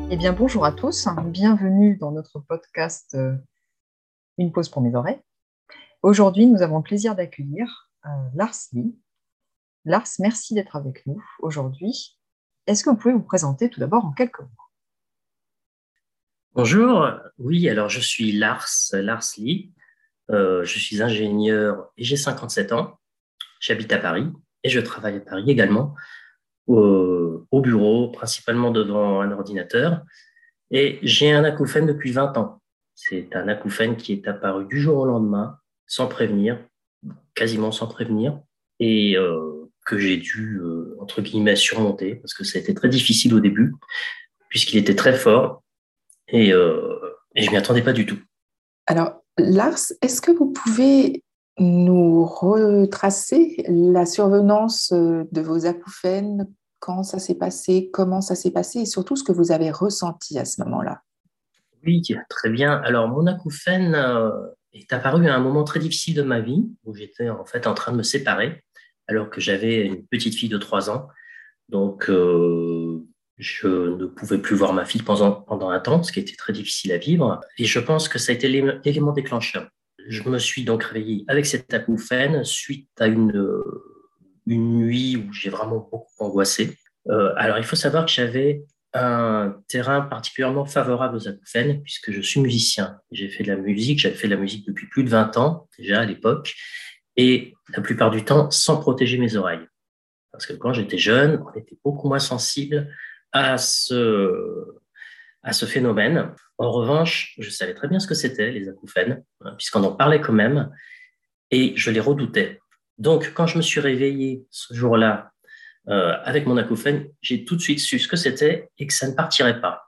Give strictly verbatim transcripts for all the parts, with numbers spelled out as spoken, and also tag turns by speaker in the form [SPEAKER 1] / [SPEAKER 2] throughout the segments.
[SPEAKER 1] Eh bien, bonjour à tous, bienvenue dans notre podcast euh, Une pause pour mes oreilles. Aujourd'hui, nous avons le plaisir d'accueillir euh, Lars Lee. Lars, merci d'être avec nous aujourd'hui. Est-ce que vous pouvez vous présenter tout d'abord en quelques mots?
[SPEAKER 2] Bonjour, oui, alors je suis Lars, Lars Lee. Euh, je suis ingénieur et j'ai cinquante-sept ans. J'habite à Paris et je travaille à Paris également au, au bureau, principalement devant un ordinateur. Et j'ai un acouphène depuis vingt ans. C'est un acouphène qui est apparu du jour au lendemain, sans prévenir, quasiment sans prévenir, et euh, que j'ai dû, euh, entre guillemets, surmonter parce que ça a été très difficile au début, puisqu'il était très fort et, euh, et je m'y attendais pas du tout.
[SPEAKER 3] Alors, Lars, est-ce que vous pouvez nous retracer la survenance euh, de vos acouphènes, quand ça s'est passé, comment ça s'est passé et surtout ce que vous avez ressenti à ce moment-là?
[SPEAKER 2] Oui, très bien. Alors, mon acouphène euh, est apparu à un moment très difficile de ma vie où j'étais en fait en train de me séparer alors que j'avais une petite fille de trois ans. Donc, euh, je ne pouvais plus voir ma fille pendant, pendant un temps, ce qui était très difficile à vivre. Et je pense que ça a été l'é- l'élément déclencheur. Je me suis donc réveillé avec cet acouphène suite à une, euh, une nuit où j'ai vraiment beaucoup angoissé. Euh, alors, il faut savoir que j'avais un terrain particulièrement favorable aux acouphènes puisque je suis musicien. J'ai fait de la musique, j'avais fait de la musique depuis plus de vingt ans déjà à l'époque et la plupart du temps sans protéger mes oreilles. Parce que quand j'étais jeune, on était beaucoup moins sensible à ce, à ce phénomène. En revanche, je savais très bien ce que c'était, les acouphènes, hein, puisqu'on en parlait quand même, et je les redoutais. Donc, quand je me suis réveillé ce jour-là euh, avec mon acouphène, j'ai tout de suite su ce que c'était et que ça ne partirait pas,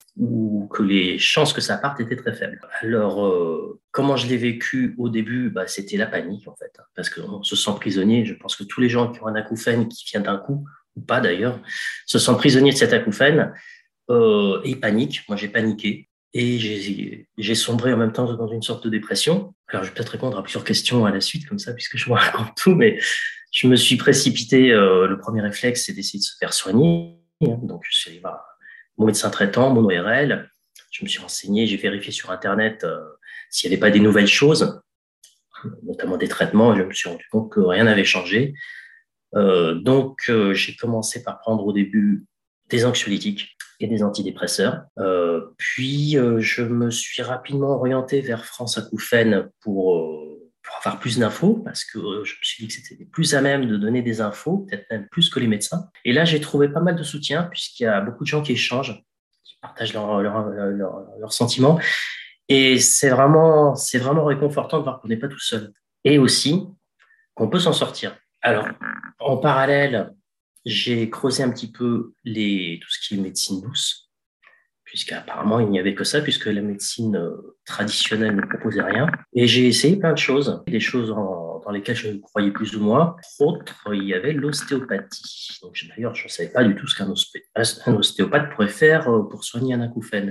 [SPEAKER 2] ou que les chances que ça parte étaient très faibles. Alors, euh, comment je l'ai vécu au début? Bah, c'était la panique, en fait, hein, parce qu'on se sent prisonnier. Je pense que tous les gens qui ont un acouphène qui vient d'un coup, ou pas d'ailleurs, se sentent prisonniers de cet acouphène euh, et paniquent. Moi, j'ai paniqué. Et j'ai j'ai sombré en même temps dans une sorte de dépression. Alors, je vais peut-être répondre à plusieurs questions à la suite, comme ça, puisque je vous raconte tout, mais je me suis précipité. Euh, le premier réflexe, c'est d'essayer de se faire soigner, hein. Donc, je suis allé voir mon médecin traitant, mon O R L. Je me suis renseigné, j'ai vérifié sur Internet euh, s'il n'y avait pas des nouvelles choses, notamment des traitements, et je me suis rendu compte que rien n'avait changé. Euh, donc, euh, j'ai commencé par prendre au début des anxiolytiques et des antidépresseurs. Euh, puis, euh, je me suis rapidement orienté vers France Acouphènes pour, euh, pour avoir plus d'infos, parce que euh, je me suis dit que c'était plus à même de donner des infos, peut-être même plus que les médecins. Et là, j'ai trouvé pas mal de soutien, puisqu'il y a beaucoup de gens qui échangent, qui partagent leurs leur, leur, leur, leur sentiments. Et c'est vraiment, c'est vraiment réconfortant de voir qu'on n'est pas tout seul. Et aussi qu'on peut s'en sortir. Alors, en parallèle, j'ai creusé un petit peu les, tout ce qui est médecine douce, puisqu'apparemment, il n'y avait que ça, puisque la médecine euh, traditionnelle ne proposait rien. Et j'ai essayé plein de choses, des choses en- dans lesquelles je croyais plus ou moins. Entre autres, il y avait l'ostéopathie. Donc, d'ailleurs, je ne savais pas du tout ce qu'un ospé- un ostéopathe pourrait faire euh, pour soigner un acouphène.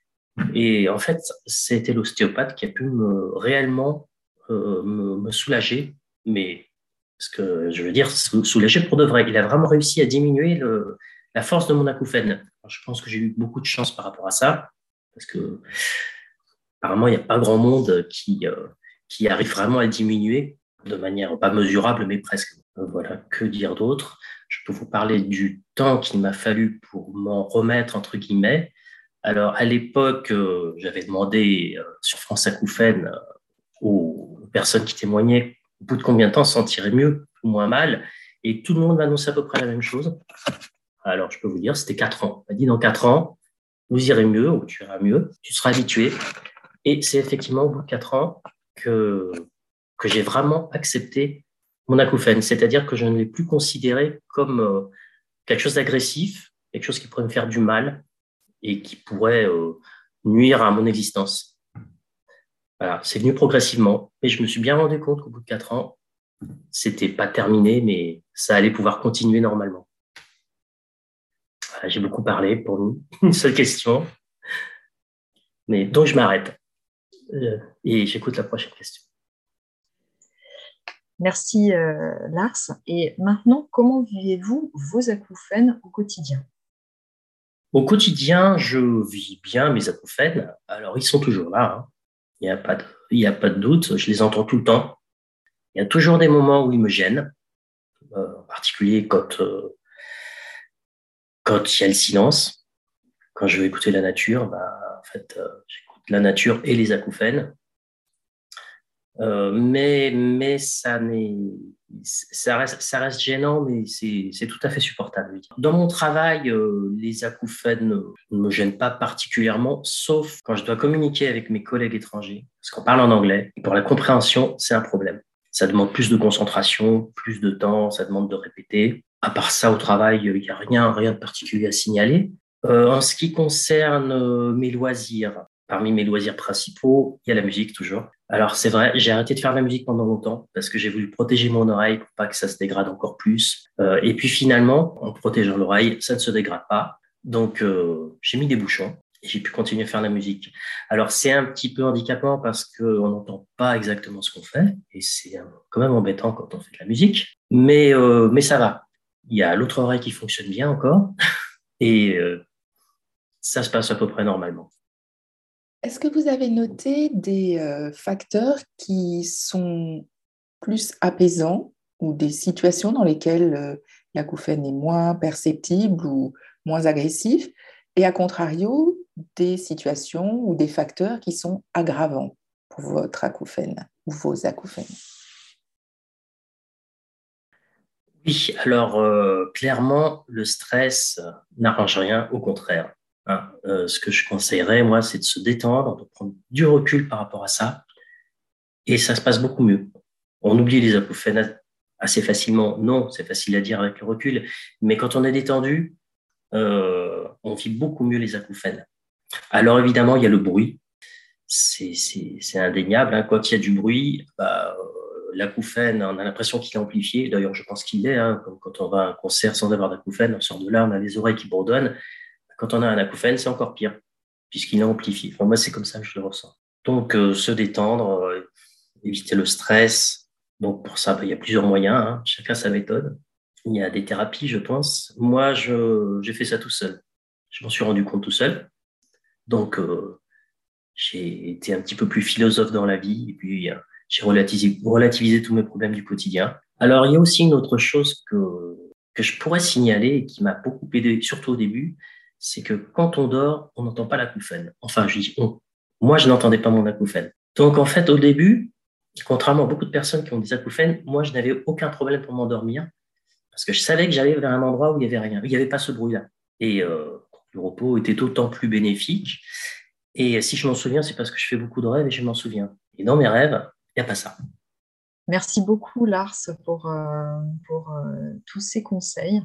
[SPEAKER 2] Et en fait, c'était l'ostéopathe qui a pu me, réellement euh, me, me soulager, mais ce que je veux dire, sou- soulager pour de vrai. Il a vraiment réussi à diminuer le, la force de mon acouphène. Alors, je pense que j'ai eu beaucoup de chance par rapport à ça, parce que apparemment, il n'y a pas grand monde qui, euh, qui arrive vraiment à le diminuer de manière pas mesurable, mais presque. Euh, Voilà, que dire d'autre? Je peux vous parler du temps qu'il m'a fallu pour m'en remettre, entre guillemets. Alors, à l'époque, euh, j'avais demandé euh, sur France Acouphènes euh, aux personnes qui témoignaient au bout de combien de temps se sentirait mieux ou moins mal. Et tout le monde m'annonçait à peu près la même chose. Alors, je peux vous dire, c'était quatre ans. On m'a dit dans quatre ans, vous irez mieux ou tu iras mieux, tu seras habitué. Et c'est effectivement au bout de quatre ans que, que j'ai vraiment accepté mon acouphène. C'est-à-dire que je ne l'ai plus considéré comme euh, quelque chose d'agressif, quelque chose qui pourrait me faire du mal et qui pourrait euh, nuire à mon existence. Voilà, c'est venu progressivement, mais je me suis bien rendu compte qu'au bout de quatre ans, c'était pas terminé, mais ça allait pouvoir continuer normalement. Voilà, j'ai beaucoup parlé pour nous, une seule question, mais donc je m'arrête euh, et j'écoute la prochaine question.
[SPEAKER 1] Merci euh, Lars. Et maintenant, comment vivez-vous vos acouphènes au quotidien?
[SPEAKER 2] Au quotidien, je vis bien mes acouphènes. Alors, ils sont toujours là, hein. Il n'y a pas de, il y a pas de doute. Je les entends tout le temps. Il y a toujours des moments où ils me gênent, euh, en particulier quand, euh, quand il y a le silence. Quand je veux écouter la nature, bah, en fait, euh, j'écoute la nature et les acouphènes. Euh, mais mais ça, n'est, ça, reste, ça reste gênant, mais c'est, c'est tout à fait supportable. Dans mon travail, euh, les acouphènes ne me gênent pas particulièrement, sauf quand je dois communiquer avec mes collègues étrangers, parce qu'on parle en anglais, et pour la compréhension, c'est un problème. Ça demande plus de concentration, plus de temps, ça demande de répéter. À part ça, au travail, il n'y a rien, rien de particulier à signaler. Euh, en ce qui concerne euh, mes loisirs, parmi mes loisirs principaux, il y a la musique toujours. Alors c'est vrai, j'ai arrêté de faire de la musique pendant longtemps parce que j'ai voulu protéger mon oreille pour pas que ça se dégrade encore plus. Euh, et puis finalement, en protégeant l'oreille, ça ne se dégrade pas. Donc euh, j'ai mis des bouchons et j'ai pu continuer à faire de la musique. Alors c'est un petit peu handicapant parce qu'on n'entend pas exactement ce qu'on fait et c'est quand même embêtant quand on fait de la musique. Mais, euh, mais ça va. Il y a l'autre oreille qui fonctionne bien encore et euh, ça se passe à peu près normalement.
[SPEAKER 3] Est-ce que vous avez noté des euh, facteurs qui sont plus apaisants ou des situations dans lesquelles euh, l'acouphène est moins perceptible ou moins agressif et à contrario, des situations ou des facteurs qui sont aggravants pour votre acouphène ou vos acouphènes?
[SPEAKER 2] Oui, alors euh, clairement, le stress euh, n'arrange rien, au contraire. Hein. Euh, ce que je conseillerais, moi, c'est de se détendre, de prendre du recul par rapport à ça, et ça se passe beaucoup mieux. On oublie les acouphènes assez facilement. Non, c'est facile à dire avec le recul, mais quand on est détendu, euh, on vit beaucoup mieux les acouphènes. Alors évidemment, il y a le bruit, c'est, c'est, c'est indéniable. Hein. Quand il y a du bruit, bah, l'acouphène, on a l'impression qu'il est amplifié. D'ailleurs, je pense qu'il l'est. Hein. Comme quand on va à un concert sans avoir d'acouphène, on sort de là, on a les oreilles qui bourdonnent. Quand on a un acouphène, c'est encore pire, puisqu'il est amplifié. Enfin, moi, c'est comme ça que je le ressens. Donc, euh, se détendre, euh, éviter le stress. Donc, pour ça, bah, il y a plusieurs moyens. Hein. Chacun sa méthode. Il y a des thérapies, je pense. Moi, je, j'ai fait ça tout seul. Je m'en suis rendu compte tout seul. Donc, euh, j'ai été un petit peu plus philosophe dans la vie. Et puis, euh, j'ai relativisé, relativisé tous mes problèmes du quotidien. Alors, il y a aussi une autre chose que, que je pourrais signaler et qui m'a beaucoup aidé, surtout au début, c'est que quand on dort, on n'entend pas l'acouphène. Enfin, je dis on. Moi, je n'entendais pas mon acouphène. Donc, en fait, au début, contrairement à beaucoup de personnes qui ont des acouphènes, moi, je n'avais aucun problème pour m'endormir parce que je savais que j'allais vers un endroit où il n'y avait rien, il n'y avait pas ce bruit-là. Et euh, le repos était d'autant plus bénéfique. Et si je m'en souviens, c'est parce que je fais beaucoup de rêves et je m'en souviens. Et dans mes rêves, il n'y a pas ça.
[SPEAKER 1] Merci beaucoup, Lars, pour, euh, pour euh, tous ces conseils.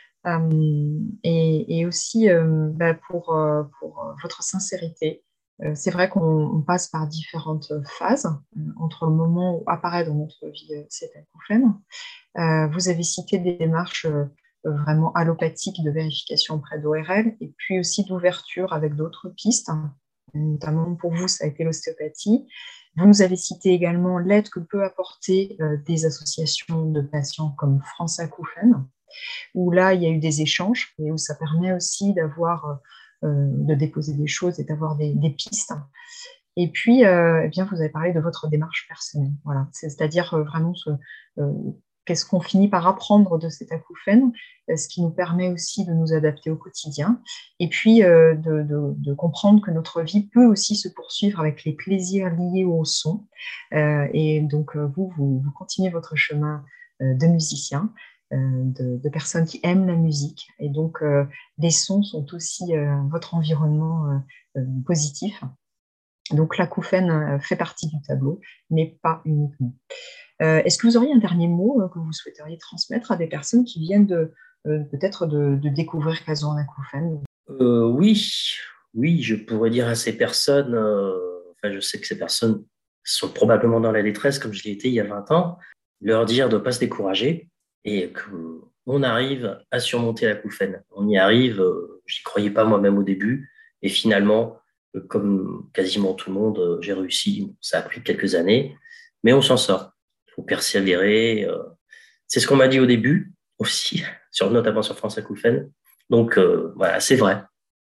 [SPEAKER 1] Euh, et, et aussi euh, bah, pour, euh, pour votre sincérité. Euh, c'est vrai qu'on on passe par différentes phases euh, entre le moment où apparaît dans notre vie euh, cet acouphène. Euh, vous avez cité des démarches euh, vraiment allopathiques de vérification auprès d'O R L et puis aussi d'ouverture avec d'autres pistes. Hein. Notamment pour vous, ça a été l'ostéopathie. Vous nous avez cité également l'aide que peut apporter euh, des associations de patients comme France Acouphènes, où là, il y a eu des échanges et où ça permet aussi d'avoir, euh, de déposer des choses et d'avoir des, des pistes. Et puis, euh, eh bien, vous avez parlé de votre démarche personnelle. Voilà. C'est-à-dire euh, vraiment ce, euh, qu'est-ce qu'on finit par apprendre de cet acouphène, ce qui nous permet aussi de nous adapter au quotidien, et puis euh, de, de, de comprendre que notre vie peut aussi se poursuivre avec les plaisirs liés au son. Euh, et donc, euh, vous, vous, vous continuez votre chemin euh, de musicien, euh, de, de personnes qui aiment la musique. Et donc, euh, les sons sont aussi euh, votre environnement euh, euh, positif. Donc, l'acouphène euh, fait partie du tableau, mais pas uniquement. Euh, est-ce que vous auriez un dernier mot euh, que vous souhaiteriez transmettre à des personnes qui viennent de, euh, peut-être de, de découvrir qu'elles ont un acouphène?
[SPEAKER 2] Euh, oui, oui, je pourrais dire à ces personnes, euh, enfin, je sais que ces personnes sont probablement dans la détresse, comme je l'ai été il y a vingt ans, leur dire de ne pas se décourager et qu'on arrive à surmonter l'acouphène. On y arrive, euh, je n'y croyais pas moi-même au début, et finalement, euh, comme quasiment tout le monde, euh, j'ai réussi. Ça a pris quelques années, mais on s'en sort. Il faut persévérer. Euh, c'est ce qu'on m'a dit au début aussi, sur, notamment sur France Acouphène. Donc, euh, voilà, c'est vrai.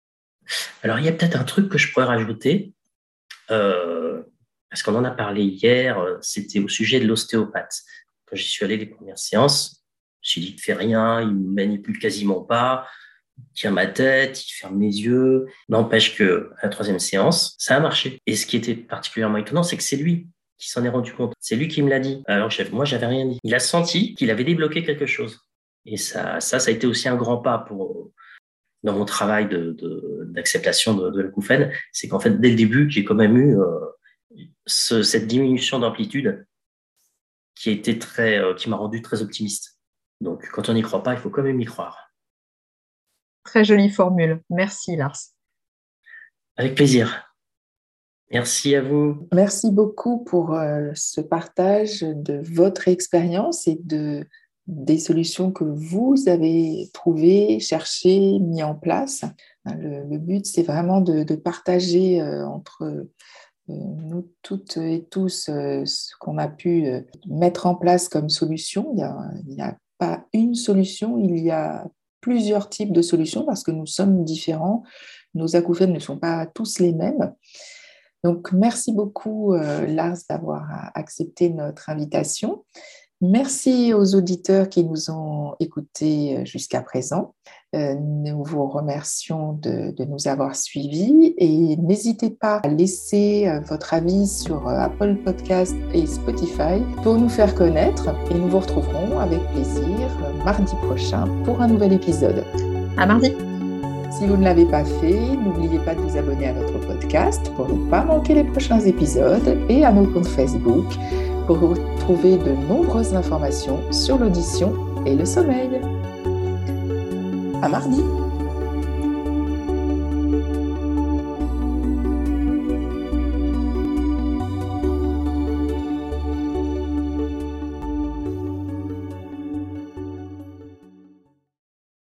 [SPEAKER 2] Alors, il y a peut-être un truc que je pourrais rajouter, euh, parce qu'on en a parlé hier, c'était au sujet de l'ostéopathe. Quand j'y suis allé les premières séances, je me suis dit, il ne fait rien, il ne me manipule quasiment pas, il tient ma tête, il ferme les yeux. N'empêche qu'à la troisième séance, ça a marché. Et ce qui était particulièrement étonnant, c'est que c'est lui qui s'en est rendu compte. C'est lui qui me l'a dit. Alors que moi, j'avais rien dit. Il a senti qu'il avait débloqué quelque chose. Et ça, ça, ça a été aussi un grand pas pour, dans mon travail de, de, d'acceptation de, de l'acouphène. C'est qu'en fait, dès le début, j'ai quand même eu euh, ce, cette diminution d'amplitude qui a été très, euh, qui m'a rendu très optimiste. Donc, quand on n'y croit pas, il faut quand même y croire.
[SPEAKER 1] Très jolie formule. Merci, Lars.
[SPEAKER 2] Avec plaisir. Merci à vous.
[SPEAKER 3] Merci beaucoup pour euh, ce partage de votre expérience et de, des solutions que vous avez trouvées, cherchées, mis en place. Le, le but, c'est vraiment de, de partager euh, entre euh, nous toutes et tous euh, ce qu'on a pu euh, mettre en place comme solution. Il n'y a, a pas une solution, il y a plusieurs types de solutions parce que nous sommes différents. Nos acouphènes ne sont pas tous les mêmes. Donc, merci beaucoup, euh, Lars, d'avoir accepté notre invitation. Merci aux auditeurs qui nous ont écoutés jusqu'à présent. Euh, nous vous remercions de, de nous avoir suivis et n'hésitez pas à laisser euh, votre avis sur euh, Apple Podcast et Spotify pour nous faire connaître et nous vous retrouverons avec plaisir euh, mardi prochain pour un nouvel épisode.
[SPEAKER 1] À mardi!
[SPEAKER 3] Si vous ne l'avez pas fait, n'oubliez pas de vous abonner à notre podcast pour ne pas manquer les prochains épisodes et à nos comptes Facebook pour retrouver de nombreuses informations sur l'audition et le sommeil. À mardi!